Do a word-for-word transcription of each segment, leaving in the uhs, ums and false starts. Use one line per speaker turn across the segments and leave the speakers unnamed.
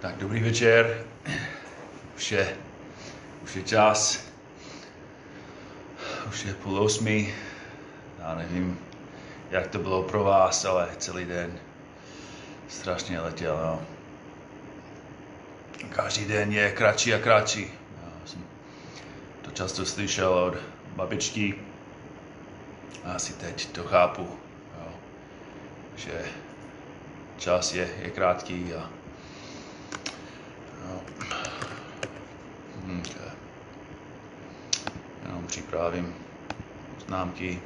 Tak dobrý večer, už je, už je čas, už je půl osmi, já nevím, jak to bylo pro vás, ale celý den strašně letěl, no. Každý den je kratší a kratší, já jsem to často slyšel od babičky, asi teď to chápu, jo. Že čas je, je krátký a no. Hmm, jenom připravím známky.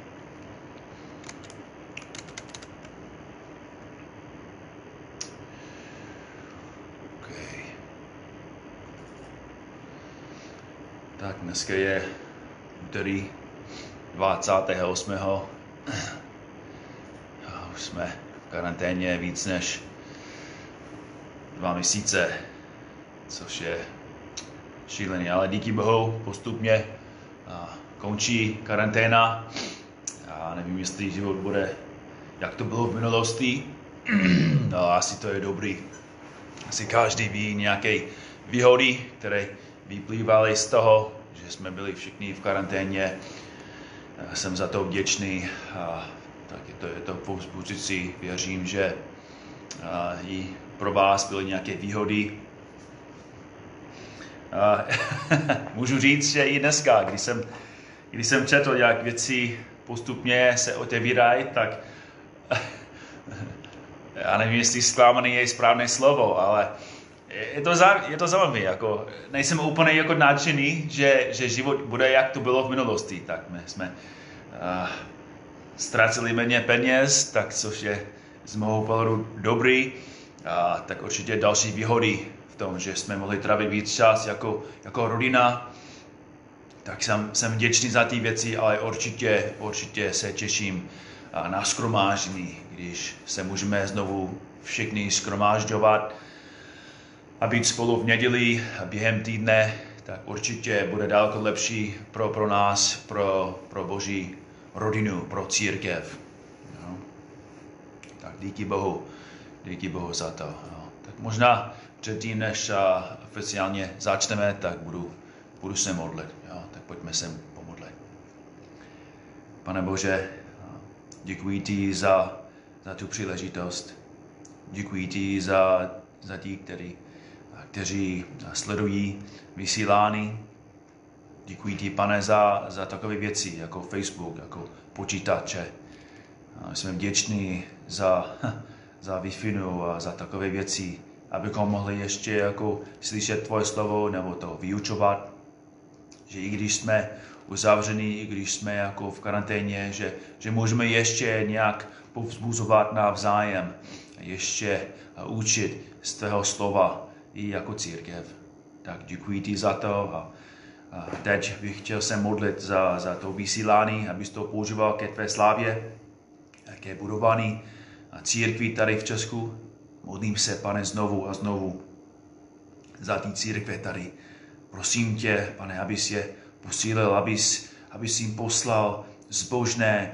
Okay. Tak dneska je úterý dvacátého osmého Už jsme v karanténě víc než dva měsíce. Což je šílený, ale díky Bohu postupně a, končí karanténa. Já nevím, jestli život bude, jak to bylo v minulosti, no asi to je dobrý. Asi každý ví nějaké výhody, které vyplývaly z toho, že jsme byli všichni v karanténě. Já jsem za to vděčný a tak je to, je to povzbuzující. Věřím, že a, i pro vás byly nějaké výhody. Uh, můžu říct, že i dneska, když jsem, když jsem četl, jak věci postupně se otevírají, tak já nevím, jestli zklamaný je správné slovo, ale je to, za, je to zajímavé. Jako, nejsem úplně jako nadšený, že, že život bude, jak to bylo v minulosti. Tak my jsme uh, ztratili méně peněz, tak což je z mého pohledu dobrý, uh, tak určitě další výhody tom, že jsme mohli trávit víc čas jako, jako rodina, tak jsem, jsem vděčný za ty věci, ale určitě, určitě se těším na shromáždění, když se můžeme znovu všichni shromážďovat a být spolu v neděli během týdne, tak určitě bude daleko lepší pro, pro nás, pro, pro Boží rodinu, pro církev. No. Tak díky Bohu, díky Bohu za to. No. Tak možná předtím, než uh, oficiálně začneme, tak budu, budu se modlit. Jo? Tak pojďme se pomodlit. Pane Bože, děkuji ti za, za tu příležitost. Děkuji ti za, za ti, kteří, kteří sledují vysílání. Děkuji ti, Pane, za, za takové věci, jako Facebook, jako počítače. Jsme vděční za, za Wi-Fi a za takové věci, abychom mohli ještě jako slyšet tvoje slovo nebo to vyučovat, že i když jsme uzavření, i když jsme jako v karanténě, že, že můžeme ještě nějak povzbuzovat navzájem, ještě učit z tvého slova i jako církev. Tak děkuji ti za to a, a teď bych chtěl se modlit za, za to vysílání, abys to používal ke tvé slávě, ke budování církví tady v Česku. Modlím se, Pane, znovu a znovu za ty církve tady. Prosím tě, Pane, abys je posílil, abys, abys jim poslal zbožné,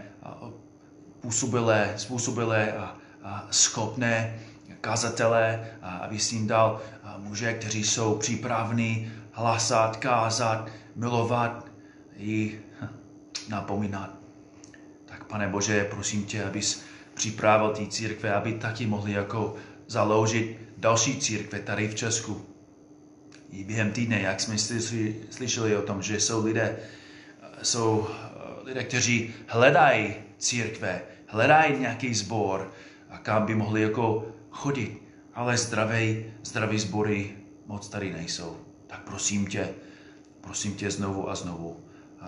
působilé, způsobilé a, a schopné kazatele, a abys jim dal muže, kteří jsou připraveni hlasat, kázat, milovat i napomínat. Tak, Pane Bože, prosím tě, abys připravil ty církve, aby taky mohli jako založit další církve tady v Česku. I během týdne, jak jsme slyšeli o tom, že jsou lidé, jsou lidé, kteří hledají církve, hledají nějaký sbor, a kam by mohli jako chodit, ale zdravé, zdravé sbory moc tady nejsou. Tak prosím tě, prosím tě znovu a znovu,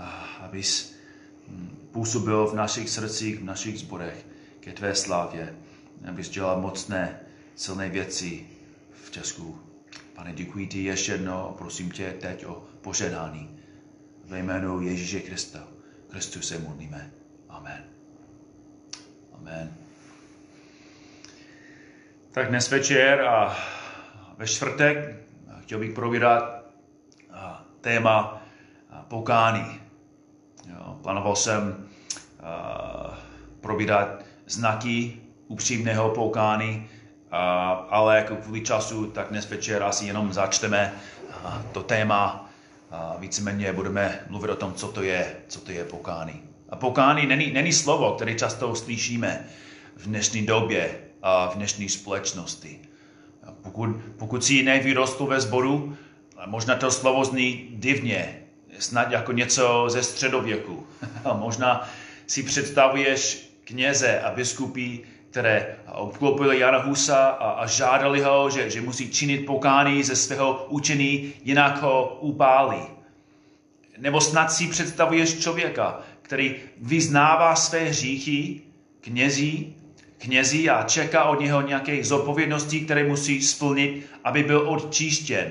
abys působil v našich srdcích, v našich sborech ke tvé slávě, abys dělal mocné, silné věci v Česku. Pane, děkuji ti ještě jednou a prosím tě teď o požehnání. Ve jménu Ježíše Krista. Kristu se modlíme. Amen. Amen. Tak dnes večer a ve čtvrtek chtěl bych probírat téma pokání. Plánoval jsem probírat znaky upřímného pokání A, ale jako kvůli času, tak dnes večer asi jenom začneme a, to téma. A víceméně budeme mluvit o tom, co to je, co to je pokání. A pokání není, není slovo, které často slyšíme v dnešní době a v dnešní společnosti. A pokud, pokud si nevyrostl ve sboru, možná to slovo zní divně, snad jako něco ze středověku. A možná si představuješ kněze a biskupy, které obklopili Jana Husa a, a žádali ho, že, že musí činit pokání ze svého učení, jinak ho upálí. Nebo snad si představuješ člověka, který vyznává své hříchy knězi, knězi a čeká od něho nějaké zodpovědnosti, které musí splnit, aby byl odčištěn.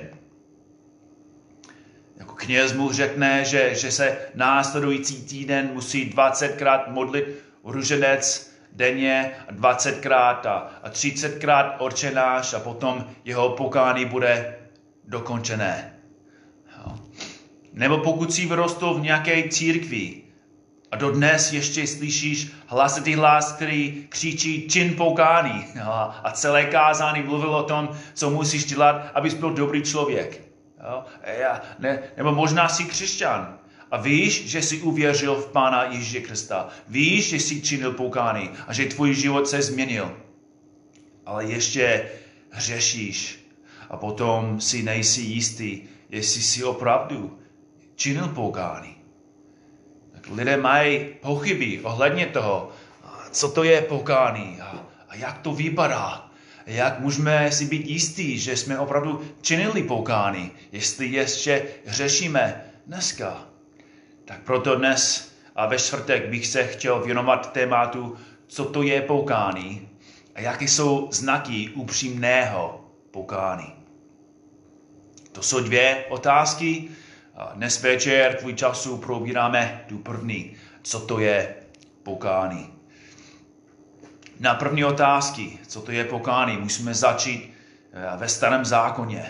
Jako kněz mu řekne, že, že se následující týden musí dvacetkrát modlit ruženec denně, dvacetkrát a třicetkrát orčenáš a potom jeho pokání bude dokončené. Jo. Nebo pokud jsi vyrostl v nějaké církvi a dodnes ještě slyšíš hlasitý hlas, který křičí čin pokání a celé kázání mluvil o tom, co musíš dělat, abys byl dobrý člověk. Jo. Ne, nebo možná jsi křesťan a víš, že jsi uvěřil v Pána Ježíše Krista. Víš, že jsi činil pokání a že tvůj život se změnil. Ale ještě hřešíš a potom si nejsi jistý, jestli jsi opravdu činil pokání. Tak lidé mají pochyby ohledně toho, co to je pokání a, a jak to vypadá. Jak můžeme si být jistí, že jsme opravdu činili pokání, jestli ještě hřešíme dneska. Tak proto dnes a ve čtvrtek bych se chtěl věnovat tématu, co to je pokání a jaké jsou znaky upřímného pokání. To jsou dvě otázky. Dnes večer tvůj času probíráme tu první, co to je pokání. Na první otázky, co to je pokání, musíme začít ve Starém zákoně.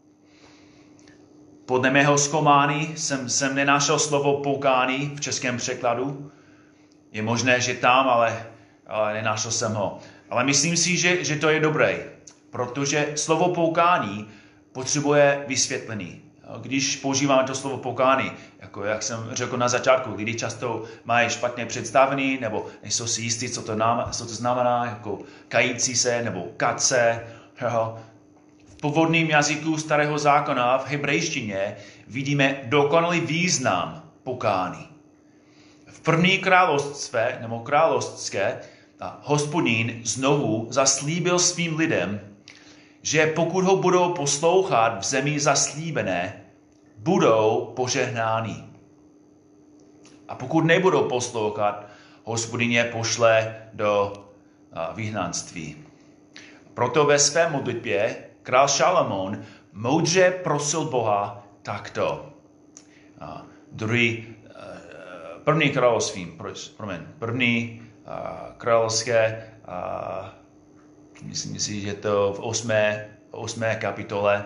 Podle mého zkoumání jsem, jsem nenašel slovo pokání v českém překladu. Je možné, že tam, ale, ale nenašel jsem ho. Ale myslím si, že, že to je dobré, protože slovo pokání potřebuje vysvětlení. Když používáme to slovo pokání, jako jak jsem řekl na začátku, lidi často mají špatně představený, nebo nejsou si jistí, co to, nám, co to znamená, jako kající se, nebo kace. Jo. V původním jazyku Starého zákona v hebrejštině vidíme dokonalý význam pokání. V první království, nebo královské, Hospodin znovu zaslíbil svým lidem, že pokud ho budou poslouchat v zemi zaslíbené, budou požehnáni. A pokud nebudou poslouchat, Hospodin je pošle do vyhnanství. Proto ve své modlitbě král Šalamón moudře prosil Boha takto. Druhý, první království, promiň, první královské, myslím si, že to v osmé, osmé kapitole,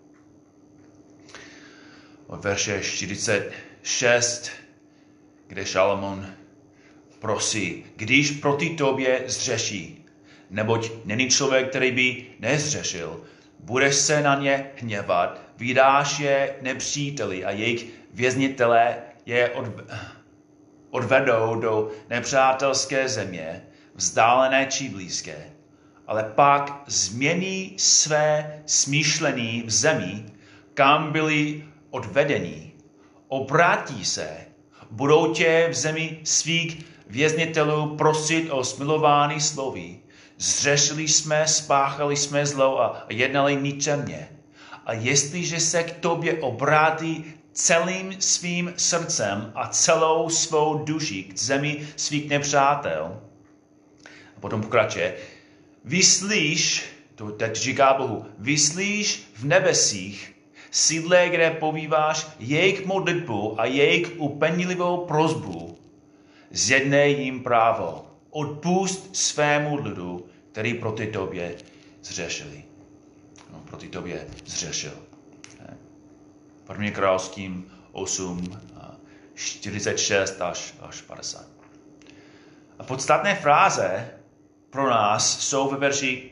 od verše čtyřicet šest, kde Šalamón prosí, když proti tobě zřeší, neboť není člověk, který by nezřešil, budeš se na ně hněvat, vydáš je nepříteli a jejich věznitelé je odvedou do nepřátelské země, vzdálené či blízké, ale pak změní své smýšlení v zemi, kam byli odvedení, obrátí se, budou tě v zemi svých věznitelů prosit o smilování slovy. Zřešili jsme, spáchali jsme zlo a jednali ničemně. A jestliže se k tobě obrátí celým svým srdcem a celou svou duší k zemi svých nepřátel, a potom pokračuje, vyslíš, to teď říká Bohu, vyslíš v nebesích, sídle, kde pobýváš, jejich modlitbu a jejich upenlivou prosbu, zjednej jim právo. Odpust svému lidu, který proti tobě zřešili. No, proti tobě zřešil. První královským osm, čtyřicet šest až, až padesát. A podstatné fráze pro nás jsou ve verši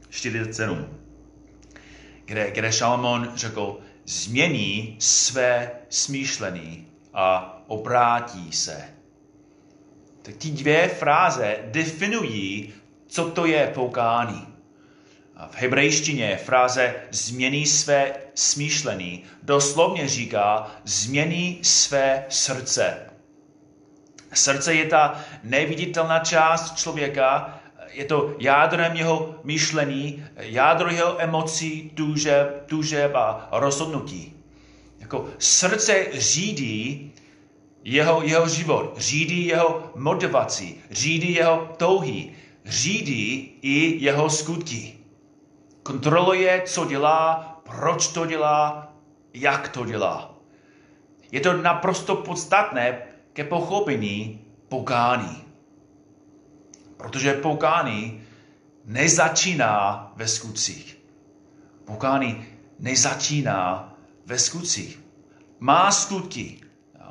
čtyřicet sedm, kde, kde Šalamón řekl, změní své smýšlení a obrátí se. Tak ty dvě fráze definují, co to je pokání. V hebrejštině fráze změní své smýšlení doslovně říká změní své srdce. Srdce je ta neviditelná část člověka, je to jádrem jeho myšlení, jádro jeho emocí, tužeb, tužeb a rozhodnutí. Jako srdce řídí jeho, jeho život, řídí jeho motivaci, řídí jeho touhy, řídí i jeho skutky. Kontroluje, co dělá, proč to dělá, jak to dělá. Je to naprosto podstatné ke pochopení pokání. Protože pokání nezačíná ve skutcích. Pokání nezačíná ve skutcích. Má skutky.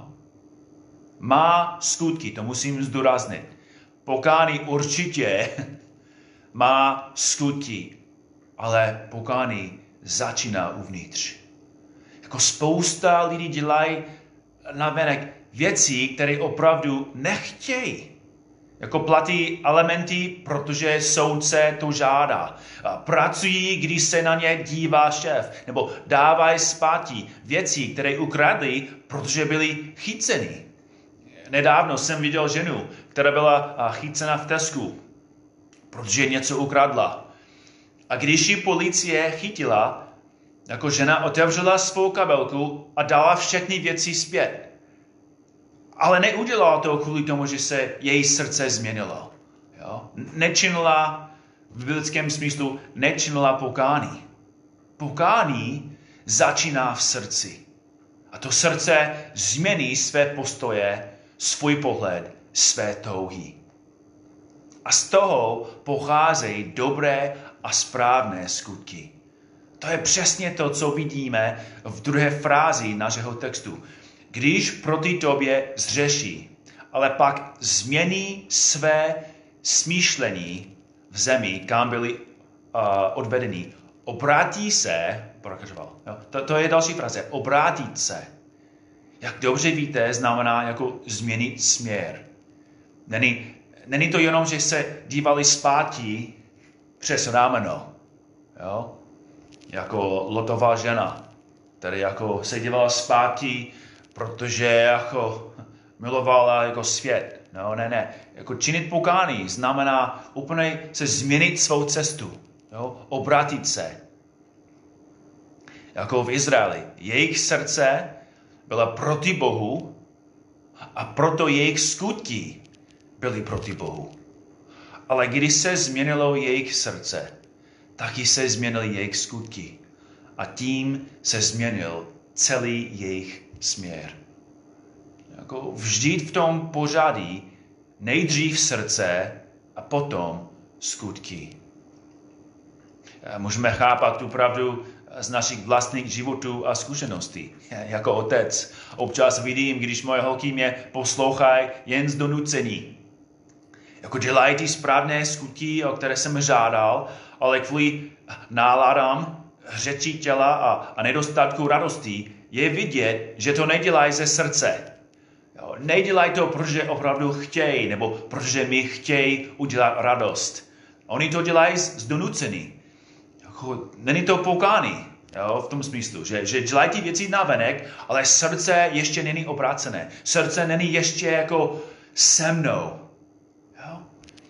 Má skutky, to musím zdůraznit. Pokání určitě má skutky, ale pokání začíná uvnitř. Jako spousta lidí dělají navenek věcí, které opravdu nechtějí. Jako platí elementy, protože soudce to žádá. Pracují, když se na ně dívá šéf. Nebo dávají zpátky věci, které ukradli, protože byli chyceni. Nedávno jsem viděl ženu, která byla chycena v Tesku, protože něco ukradla. A když ji policie chytila, jako žena otevřela svou kabelku a dala všechny věci zpět. Ale neudělala to kvůli tomu, že se její srdce změnilo. Jo? Nečinila v biblickém smyslu, nečinila pokání. Pokání začíná v srdci. A to srdce změní své postoje, svůj pohled, své touhy. A z toho pocházejí dobré a správné skutky. To je přesně to, co vidíme v druhé frázi našeho textu. Když proti tobě zřeší, ale pak změní své smýšlení v zemi, kam byli uh, odvedeni, obrátí se, to, to je další fráze, obrátit se. Jak dobře víte, znamená jako změnit směr. Není, není to jenom, že se dívali zpátky přes rámeno, jo? Jako Lotová žena, tady jako se dívala zpátky, protože jako milovala jako svět. No, ne, ne. Jako činit pokání znamená úplně se změnit svou cestu. Jo? Obrátit se. Jako v Izraeli. Jejich srdce byla proti Bohu a proto jejich skutky byly proti Bohu. Ale když se změnilo jejich srdce, taky se změnily jejich skutky. A tím se změnil celý jejich směr. Jako vždyť v tom pořadí nejdřív srdce a potom skutky. Můžeme chápat tu pravdu z našich vlastních životů a zkušeností. Jako otec občas vidím, když moje holky mě poslouchají jen z donucení. Jako dělají ty správné skutky, o které jsem žádal, ale kvůli náladám, řečí těla a, a nedostatku radosti je vidět, že to nedělají ze srdce. Jo, nedělají to, protože opravdu chtějí, nebo protože mi chtějí udělat radost. Oni to dělají z, z donucení. Jako, není to pokání, jo, v tom smyslu, že, že dělají ty věci navenek, ale srdce ještě není obrácené. Srdce není ještě jako se mnou. Jo?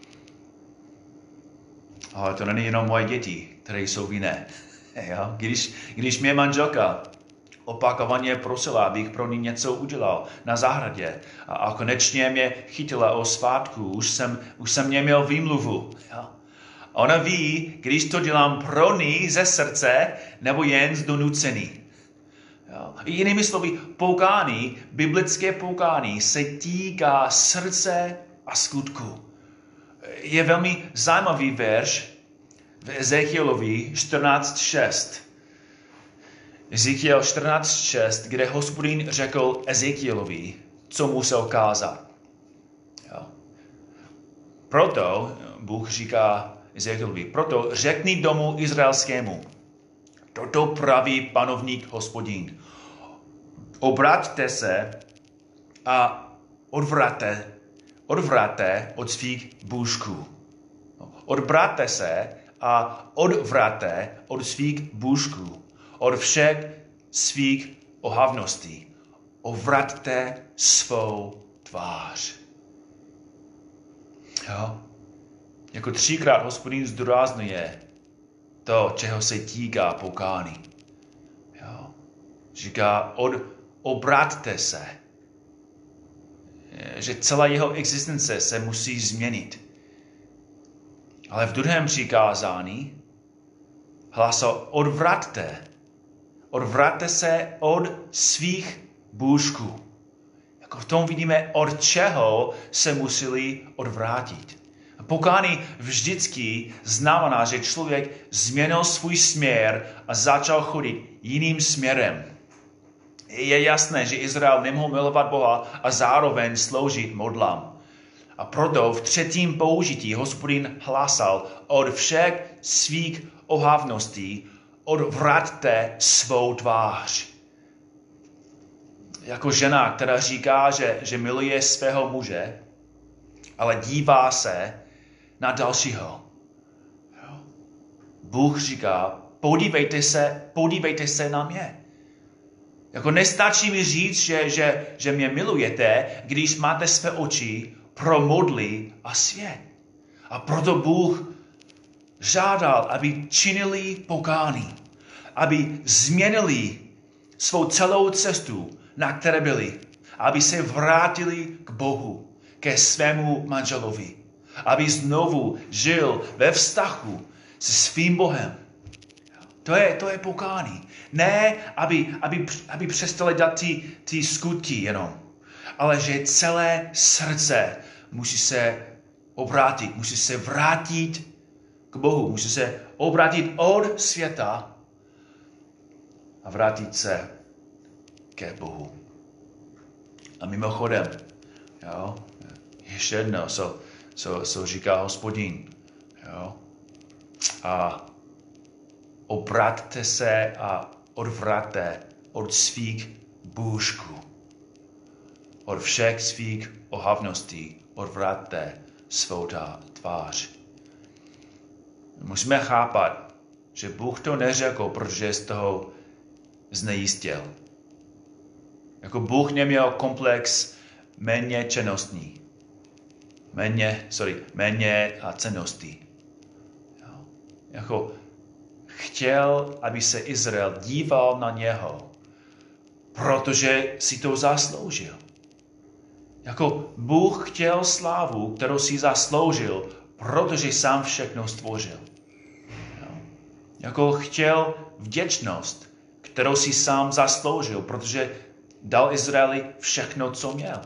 Ale to není jenom moje děti, které jsou vinné. Jo? Když, když mě manželka opakovaně prosila, abych pro ní něco udělal na zahradě a, a konečně mě chytila o svátku, už jsem, už jsem neměl výmluvu. Jo? Ona ví, když to dělám pro ní ze srdce nebo jen z donucení. Jo? Jinými slovy, pokání, biblické pokání se týká srdce a skutku. Je velmi zajímavý verš v Ezechielovi čtrnáct šest. Ezechiel čtrnáct šest, kde Hospodin řekl Ezechielovi, co musel kázat. Jo. Proto Bůh říká Ezechielovi. Proto řekni domu izraelskému, toto praví panovník Hospodin. Obraťte se a odvraťte, odvraťte od svých bůžků. Odvraťte se a odvraťte od svých bůžků, od všech svých ohavností. Odvraťte svou tvář. Jo? Jako třikrát Hospodin zdůrazňuje to, čeho se týká pokání. Jo? Říká, od, obraťte se. Že celá jeho existence se musí změnit. Ale v druhém přikázání hlásal, odvraťte. Odvraťte se od svých bůžků. Jako v tom vidíme, od čeho se museli odvrátit. Pokání vždycky znamená, že člověk změnil svůj směr a začal chodit jiným směrem. Je jasné, že Izrael nemohl milovat Boha a zároveň sloužit modlám. A proto v třetím použití Hospodin hlásal, od všech svých ohavností odvraťte svou tvář. Jako žena, která říká, že, že miluje svého muže, ale dívá se na dalšího. Bůh říká, podívejte se, podívejte se na mě. Jako nestačí mi říct, že, že, že mě milujete, když máte své oči pro modly a svět. A proto Bůh žádal, aby činili pokání, aby změnili svou celou cestu, na které byli, aby se vrátili k Bohu, ke svému manželovi, aby znovu žil ve vztahu se svým Bohem. To je, to je pokání. Ne, aby, aby, aby přestali dát ty, ty skutky jenom, ale že celé srdce musí se obrátit, musí se vrátit k Bohu, musí se obrátit od světa a vrátit se ke Bohu. A mimochodem, jo, ještě jedno, co, co, co říká Hospodin. Jo, a obraťte se a odvraťte od svých bůžků. Od všech svých ohavností odvraťte svou tvář. Musíme chápat, že Bůh to neřekl, protože z toho znejistil. Jako Bůh neměl komplex méně čennostní. Méně, sorry, méně a cenností. Jo. Jako chtěl, aby se Izrael díval na něho, protože si to zasloužil. Jako Bůh chtěl slávu, kterou si zasloužil, protože sám všechno stvořil. Jo. Jako chtěl vděčnost, kterou si sám zasloužil, protože dal Izraeli všechno, co měl.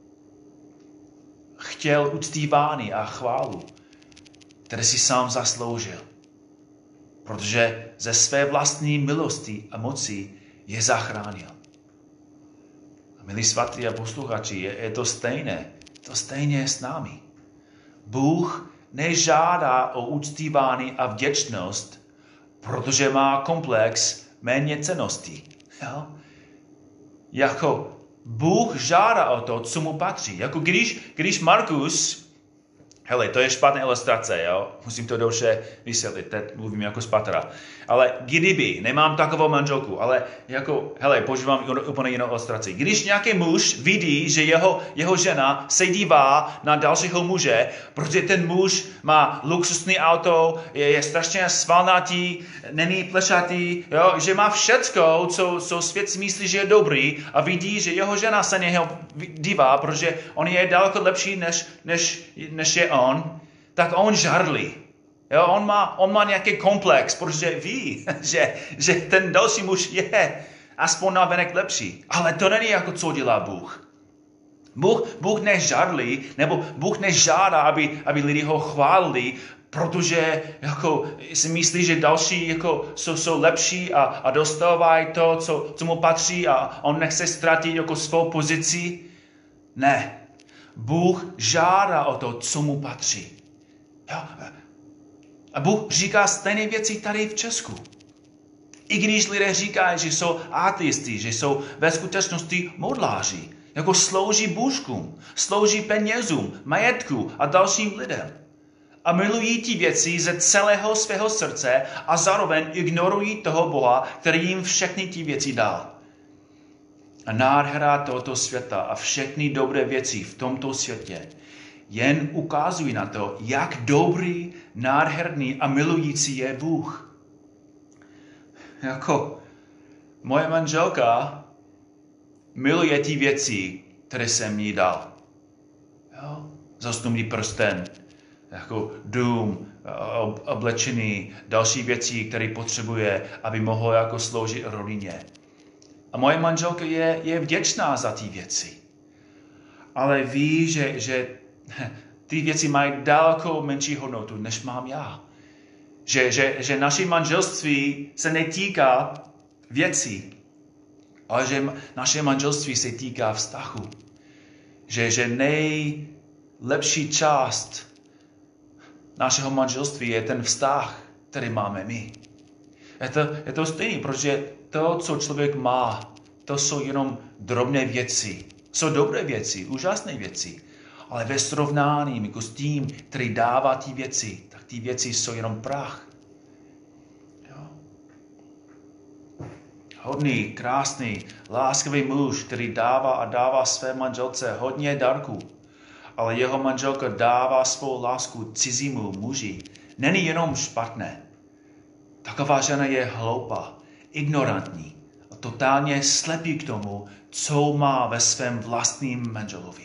Chtěl uctívání a chválu, které si sám zasloužil. Protože ze své vlastní milosti a moci je zachránil. A milí svatí a posluchači, je, je to stejné. To stejně je s námi. Bůh nežádá o uctívání a vděčnost, protože má komplex méněcennosti. Jo? Jako Bůh žádá o to, co mu patří. Jako když, když Markus, hele, to je špatná ilustrace, jo? Musím to dobře vysvětlit, teď mluvím jako z patra. Ale kdyby, nemám takovou manželku, ale jako, hele, používám úplně jinou ilustraci. Když nějaký muž vidí, že jeho, jeho žena se dívá na dalšího muže, protože ten muž má luxusní auto, je, je strašně svalnatý, není plešatý, jo? Že má všecko, co, co svět si myslí, že je dobrý a vidí, že jeho žena se něho dívá, protože on je daleko lepší, než, než, než je on, tak on žárlí. Jo, on, má, on má nějaký komplex, protože ví, že, že ten další muž je aspoň navenek lepší. Ale to není jako co dělá Bůh. Bůh, Bůh nežárlí, nebo Bůh nežádá, aby, aby lidi ho chválili, protože jako, si myslí, že další jako, jsou, jsou lepší a, a dostávají to, co, co mu patří a on nechce ztratit jako svou pozici. Ne. Bůh žádá o to, co mu patří. Jo? A Bůh říká stejné věci tady v Česku. I když lidé říkají, že jsou ateisti, že jsou ve skutečnosti modláři, jako slouží bůžkům, slouží penězům, majetku a dalším lidem. A milují ty věci ze celého svého srdce a zároveň ignorují toho Boha, který jim všechny ty věci dal. A nádhera tohoto světa a všechny dobré věci v tomto světě jen ukazují na to, jak dobrý, nádherný a milující je Bůh. Jako moje manželka miluje ty věci, které jsem jí dal. Jo? Zastupný prsten, jako dům, oblečení, další věci, které potřebuje, aby mohl jako sloužit rodině. A moje manželka je, je vděčná za ty věci. Ale ví, že, že ty věci mají daleko menší hodnotu, než mám já. Že, že, že naše manželství se netýká věcí, ale že naše manželství se týká vztahu. Že, že nejlepší část našeho manželství je ten vztah, který máme my. Je to, je to stejné, protože to, co člověk má, to jsou jenom drobné věci. Jsou dobré věci, úžasné věci. Ale ve srovnání jako s tím, který dává ty věci, tak ty věci jsou jenom prach. Jo. Hodný, krásný, láskavý muž, který dává a dává své manželce hodně dárků, ale jeho manželka dává svou lásku cizímu muži, není jenom špatné. Taková žena je hloupá, ignorantní a totálně slepý k tomu, co má ve svém vlastním manželovi.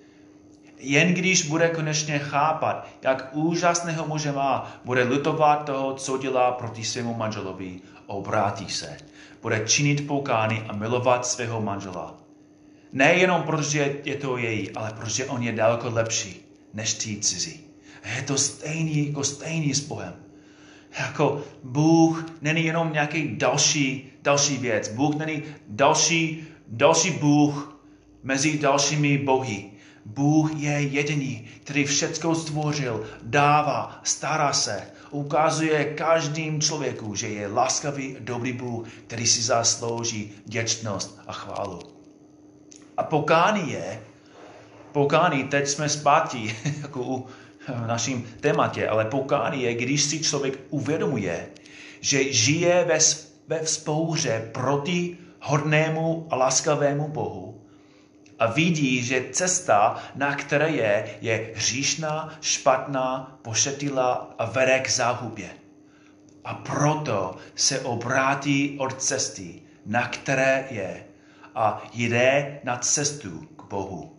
Jen když bude konečně chápat, jak úžasného muže má, bude litovat toho, co dělá proti svému manželovi, obrátí se. Bude činit pokání a milovat svého manžela. Nejenom protože je to její, ale protože on je daleko lepší než ty cizí. Je to stejný jako stejný s Bohem. Jako Bůh není jenom nějaký další, další věc. Bůh není další, další Bůh mezi dalšími bohy. Bůh je jediný, který všecko stvořil, dává, stará se, ukazuje každým člověku, že je laskavý, dobrý Bůh, který si zaslouží vděčnost a chválu. A pokání je, pokání, teď jsme zpátky jako u naším tématě, ale pokání je, když si člověk uvědomuje, že žije ve, ve vzpouře proti hodnému a laskavému Bohu a vidí, že cesta, na které je, je hříšná, špatná, pošetilá a vede k záhubě. A proto se obrátí od cesty, na které je, a jde na cestu k Bohu.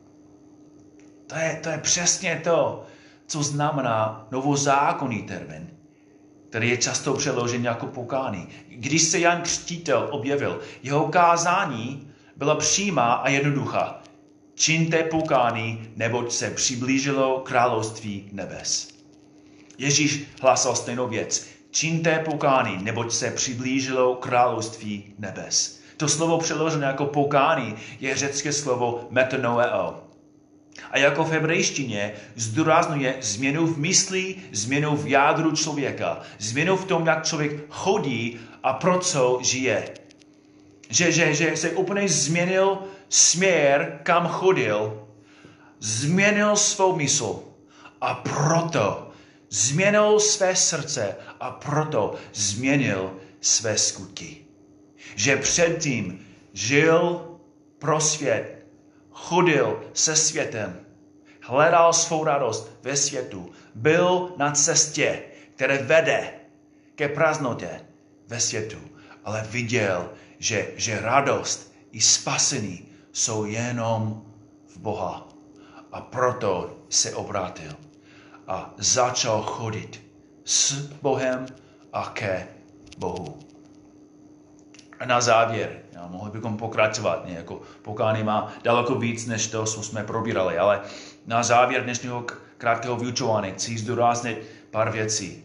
To je, to je přesně to, co znamená novozákonný termín, který je často přeložen jako pokání. Když se Jan Křtitel objevil, jeho kázání byla přímá a jednoduchá. Čiňte pokání, neboť se přiblížilo království nebes. Ježíš hlásal stejnou věc. Čiňte pokání, neboť se přiblížilo království nebes. To slovo přeložené jako pokání je řecké slovo metanoeo. A jako v hebrejštině zdůrazňuje změnu v mysli, změnu v jádru člověka, změnu v tom, jak člověk chodí a pro co žije. Že, že, že se úplně změnil směr, kam chodil, změnil svou mysl a proto změnil své srdce a proto změnil své skutky. Že předtím žil pro svět, chodil se světem, hledal svou radost ve světu, byl na cestě, které vede ke prázdnotě ve světu, ale viděl, že, že radost i spasení jsou jenom v Boha. A proto se obrátil a začal chodit s Bohem a ke Bohu. A na závěr, já, mohli bychom pokračovat, ne, jako pokání má daleko víc, než to, co jsme probírali, ale na závěr dnešního krátkého vyučování chci zdůraznit pár věcí.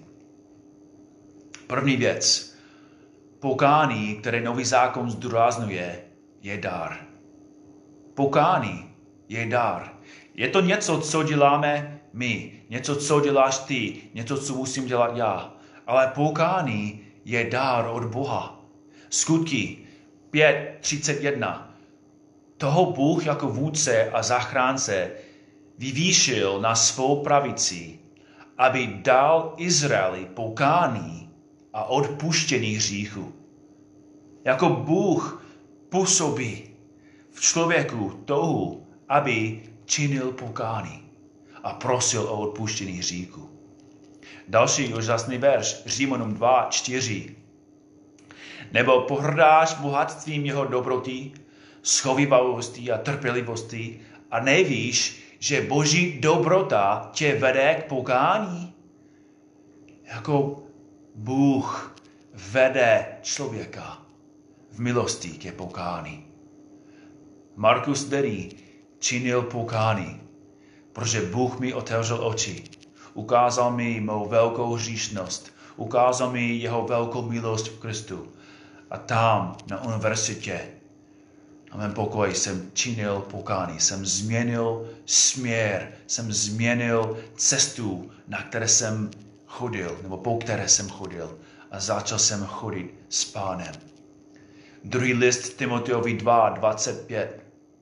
První věc. Pokání, které nový zákon zdůrazňuje, je dar. Pokání je dar. Je to něco, co děláme my, něco, co děláš ty, něco, co musím dělat já. Ale pokání je dár od Boha. Skutky pět třicet jedna. Toho Bůh jako vůdce a zachránce vyvýšil na svou pravici, aby dal Izraeli pokání a odpuštění hříchu. Jako Bůh působí v člověku touhu, aby činil pokání a prosil o odpuštění hříchu. Další úžasný verš, Římanům dva čtyři. Nebo pohrdáš bohatstvím jeho dobroty, schovívavosti a trpělivosti a nevíš, že Boží dobrota tě vede k pokání? Jako Bůh vede člověka v milosti ke pokání. Markus Derry činil pokání, protože Bůh mi otevřel oči. Ukázal mi mou velkou hříšnost. Ukázal mi jeho velkou milost v Kristu. A tam na univerzitě na mém pokoji jsem činil pokání. Jsem změnil směr. Jsem změnil cestu, na které jsem chodil, nebo po které jsem chodil. A začal jsem chodit s Pánem. Druhý list Timoteovi dva dvacet pět.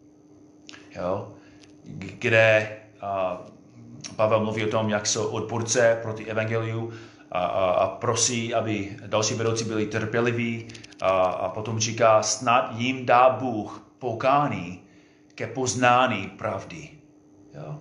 Jo? Kde a, Pavel mluví o tom, jak jsou odpůrce proti evangeliu a, a, a prosí, aby další vedoucí byli trpěliví a, a potom říká, snad jim dá Bůh pokání ke poznání pravdy. Jo?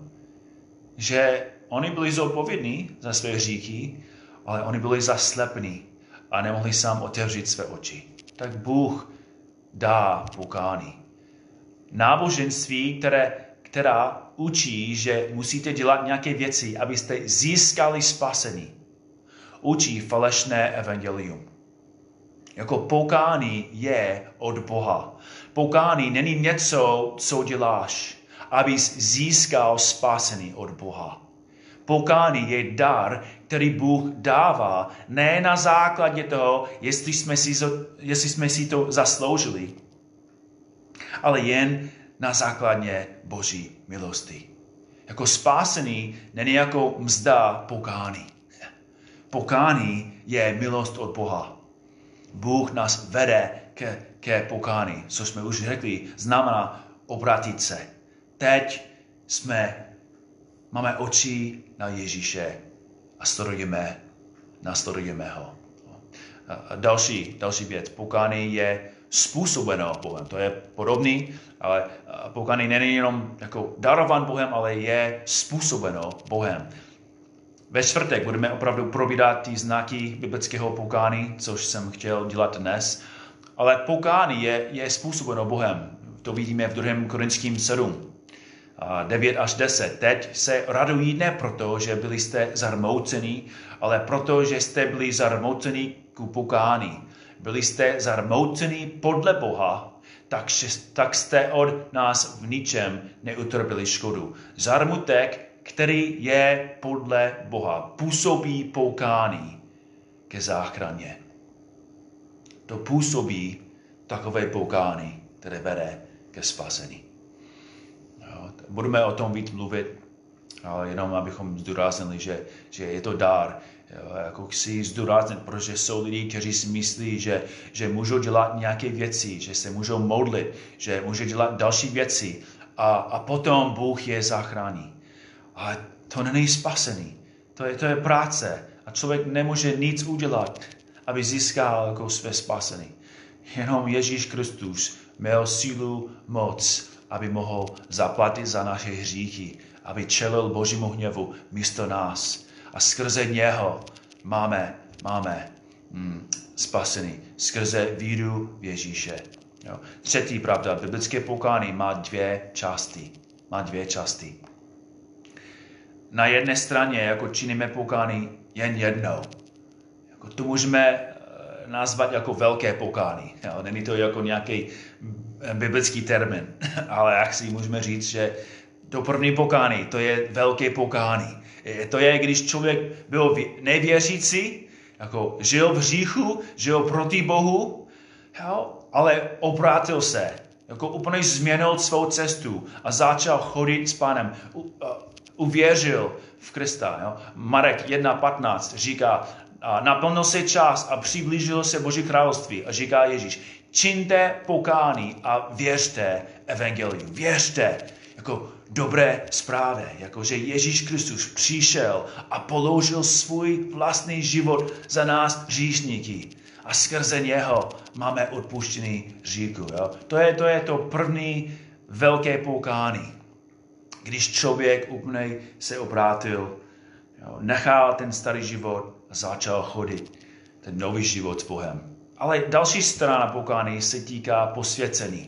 Že oni byli zodpovědní za své hříchy, ale oni byli zaslepní a nemohli sám otevřít své oči. Tak Bůh dá pokání. Náboženství, které, která učí, že musíte dělat nějaké věci, abyste získali spasení, učí falešné evangelium. Jako pokání je od Boha. Pokání není něco, co děláš, abys získal spasení od Boha. Pokání je dar, který Bůh dává, ne na základě toho, jestli jsme si, jestli jsme si to zasloužili, ale jen na základě Boží milosti. Jako spásení není jako mzda pokání. Pokání je milost od Boha. Bůh nás vede ke, ke pokání, co jsme už řekli, znamená obrátit se. Teď jsme, máme oči na Ježíše a sledujeme, následujeme ho. A další, další věc, pokání je způsobeno Bohem. To je podobný, ale pokání není jenom jako darovan Bohem, ale je způsobeno Bohem. Ve čtvrtek budeme opravdu probírat ty znaky biblického pokání, což jsem chtěl dělat dnes. Ale pokání je, je způsobeno Bohem. To vidíme v druhém Korinským sedm, devět až deset. Teď se radují ne proto, že byli jste zarmouceni, ale proto, že jste byli zarmouceni ku pokání. Byli jste zarmouceni podle Boha, tak, tak jste od nás v ničem neutrpěli škodu. Zarmutek, který je podle Boha, působí pokání ke záchraně. To působí takové pokání, které vede ke spasení. Budeme o tom víc mluvit, ale jenom abychom zdůraznili, že, že je to dar. Jako chci zdůraznit, protože jsou lidi, kteří si myslí, že, že můžou dělat nějaké věci, že se můžou modlit, že můžou dělat další věci a, a potom Bůh je zachrání. Ale to není spasení. To je, to je práce. A člověk nemůže nic udělat, aby získal jako své spasení. Jenom Ježíš Kristus měl sílu, moc, aby mohl zaplatit za naše hříchy, aby čelil Božímu hněvu místo nás. A skrze něho máme, máme mm, spasení. Skrze víru v Ježíše. Jo. Třetí pravda. Biblické pokání má dvě části. Má dvě části. Na jedné straně, jako činíme pokání jen jednou. Jako to můžeme nazvat jako velké pokání. Jo. Není to jako nějaký biblický termín, ale jak si můžeme říct, že to první pokání, to je velké pokání. To je, když člověk byl nevěřící, jako žil v hříchu, žil proti Bohu, jo, ale obrátil se, jako úplně změnil svou cestu a začal chodit s Pánem. uvěřil v Krista. Jo? Marek jedna patnáct říká, naplnil se čas a přiblížilo se Boží království. A říká Ježíš, čiňte pokání a věřte evangeliu. Věřte jako dobré zprávy, jako že Ježíš Kristus přišel a položil svůj vlastní život za nás hříšníky. A skrze něho máme odpuštěný hříchu. Jo? To je, to je to první velké pokání. Když člověk úplně se obrátil, jo, nechal ten starý život a začal chodit ten nový život s Bohem. Ale další strana pokání se týká posvěcení.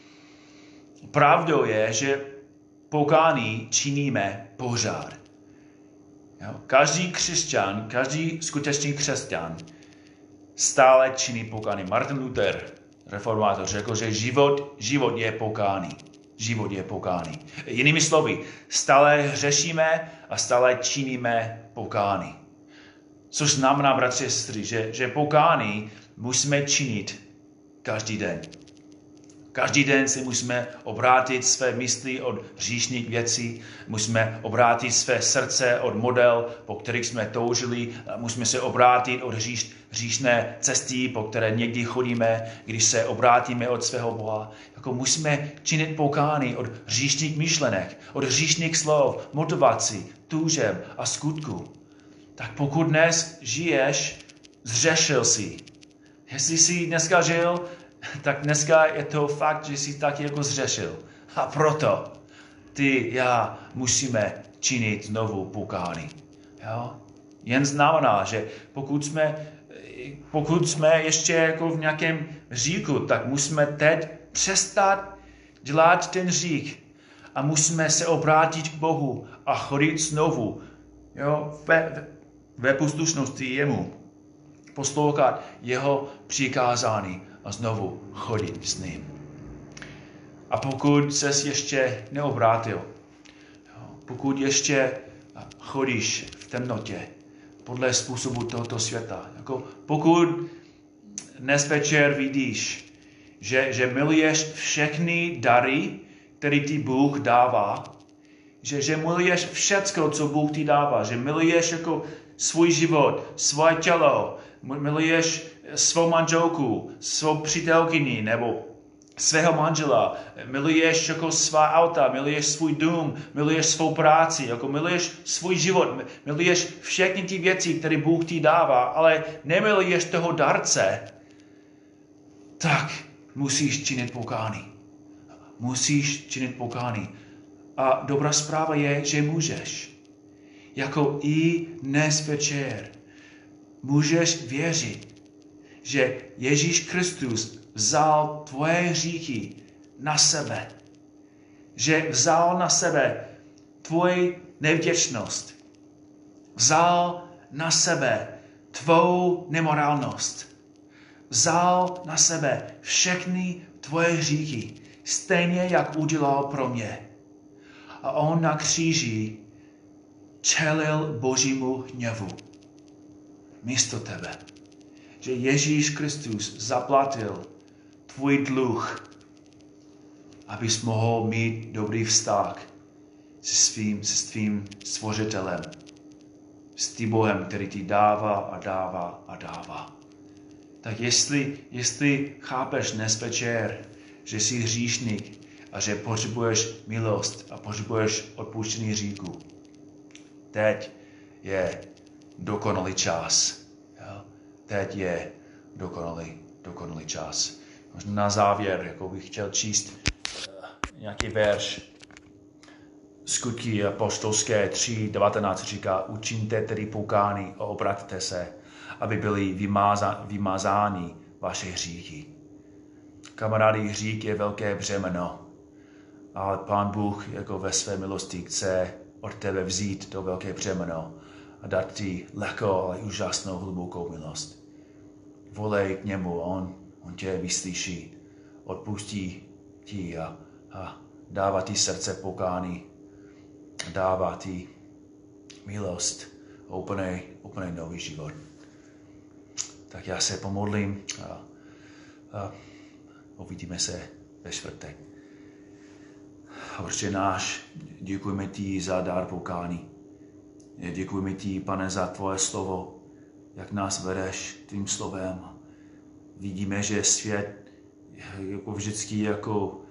Pravdou je, že pokání činíme pořád. Jo? Každý křesťan, každý skutečný křesťan stále činí pokání. Martin Luther, reformátor, řekl, že život, život je pokání. Život je pokání. Jinými slovy, stále hřešíme a stále činíme pokání. Což znamená, bratři a sestry, že, že pokání musíme činit každý den. Každý den si musíme obrátit své mysli od hříšných věcí, musíme obrátit své srdce od model, po kterých jsme toužili, musíme se obrátit od hříš, hříšné cesty, po které někdy chodíme, když se obrátíme od svého Boha. Jako musíme činit pokání od hříšných myšlenek, od hříšných slov, motivací, túžeb a skutku. Tak pokud dnes žiješ, zřešil jsi. Jestli jsi dneska žil, tak dneska je to fakt, že jsi taky jako zřešil. A proto ty, já musíme činit znovu pokání. Jo? Jen znamená, že pokud jsme, pokud jsme ještě jako v nějakém hříchu, tak musíme teď přestat dělat ten hřích a musíme se obrátit k Bohu a chodit znovu, jo? Ve, ve poslušnosti jemu. Poslouchat jeho přikázání a znovu chodit s ním. A pokud ses ještě neobrátil, pokud ještě chodíš v temnotě podle způsobu tohoto světa, jako pokud dnes večer vidíš, že, že miluješ všechny dary, které ti Bůh dává, že, že miluješ všecko, co Bůh ti dává, že miluješ jako svůj život, svoje tělo, miluješ svou manželku, svou přítelkyni nebo svého manžela, miluješ jako svá auta, miluješ svůj dům, miluješ svou práci, jako miluješ svůj život, miluješ všechny ty věci, které Bůh ti dává, ale nemiluješ toho darce, tak musíš činit pokání. Musíš činit pokání. A dobrá zpráva je, že můžeš. Jako i dnes večer můžeš věřit, že Ježíš Kristus vzal tvoje hříchy na sebe. Že vzal na sebe tvoji nevděčnost. Vzal na sebe tvou nemorálnost. Vzal na sebe všechny tvoje hříchy, stejně jak udělal pro mě. A on na kříži čelil Božímu hněvu místo tebe. Že Ježíš Kristus zaplatil tvůj dluh, abys mohl mít dobrý vztah se svým, se svým stvořitelem, s tím Bohem, který ti dává a dává a dává. Tak jestli, jestli chápeš dnes večer, že jsi hříšník a že potřebuješ milost a potřebuješ odpuštění hříchu, teď je dokonalý čas. Jo? Teď je dokonalý, dokonalý čas. Možná na závěr, jako bych chtěl číst uh, nějaký verš. Skutky apoštolské tři devatenáct říká, učiňte tedy pokání a obraťte se, aby byli vymáza, vymazáni vaše hříchy. Kamarádi, hřích je velké břemeno, ale Pán Bůh jako ve své milosti chce od tebe vzít to velké břemeno a dát ti lehkou, ale úžasnou hlubokou milost. Volej k němu, on, on tě vyslyší, odpustí ti a, a dává ti srdce pokání, dává ti milost a úplně, úplně nový život. Tak já se pomodlím a, a uvidíme se ve čtvrtek. Protože náš děkujeme ti za dár pokání. Děkujeme ti, Pane, za tvoje slovo, jak nás vedeš tvým slovem. Vidíme, že svět jako vždycky jako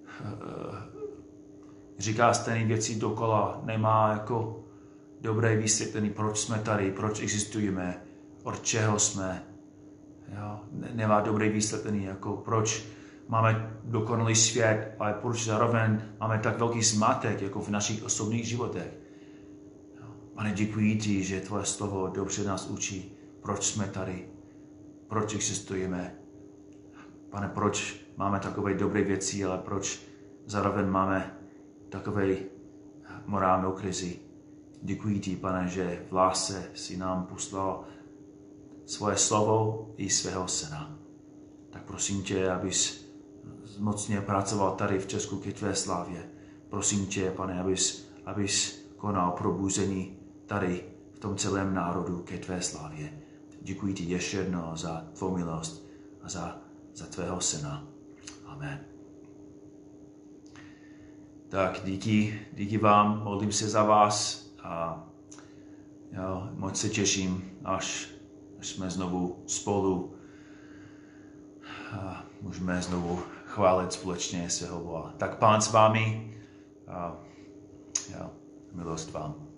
říká stejné věci dokola, nemá jako dobré vysvětlení, proč jsme tady, proč existujeme, od čeho jsme. Jo? Nemá dobré vysvětlení, jako proč máme dokonalý svět, ale proč zároveň máme tak velký zmatek jako v našich osobních životech. Jo? Pane, děkuji ti, že tvoje slovo dobře nás učí, proč jsme tady, proč existujeme. Pane, proč máme takové dobré věci, ale proč zároveň máme takové morální krizi. Děkuji ti, Pane, že v lásce si nám poslal svoje slovo i svého syna. Tak prosím tě, abys mocně pracoval tady v Česku ke tvé slávě. Prosím tě, Pane, abys, abys konal probuzení tady v tom celém národu ke tvé slávě. Děkuji ti ještě jednou za tvou milost a za, za tvého syna. Amen. Tak díky, díky vám, modlím se za vás a jo, moc se těším, až, až jsme znovu spolu a můžeme znovu chválit společně svého Boha. Tak Pán s vámi a jo, milost vám.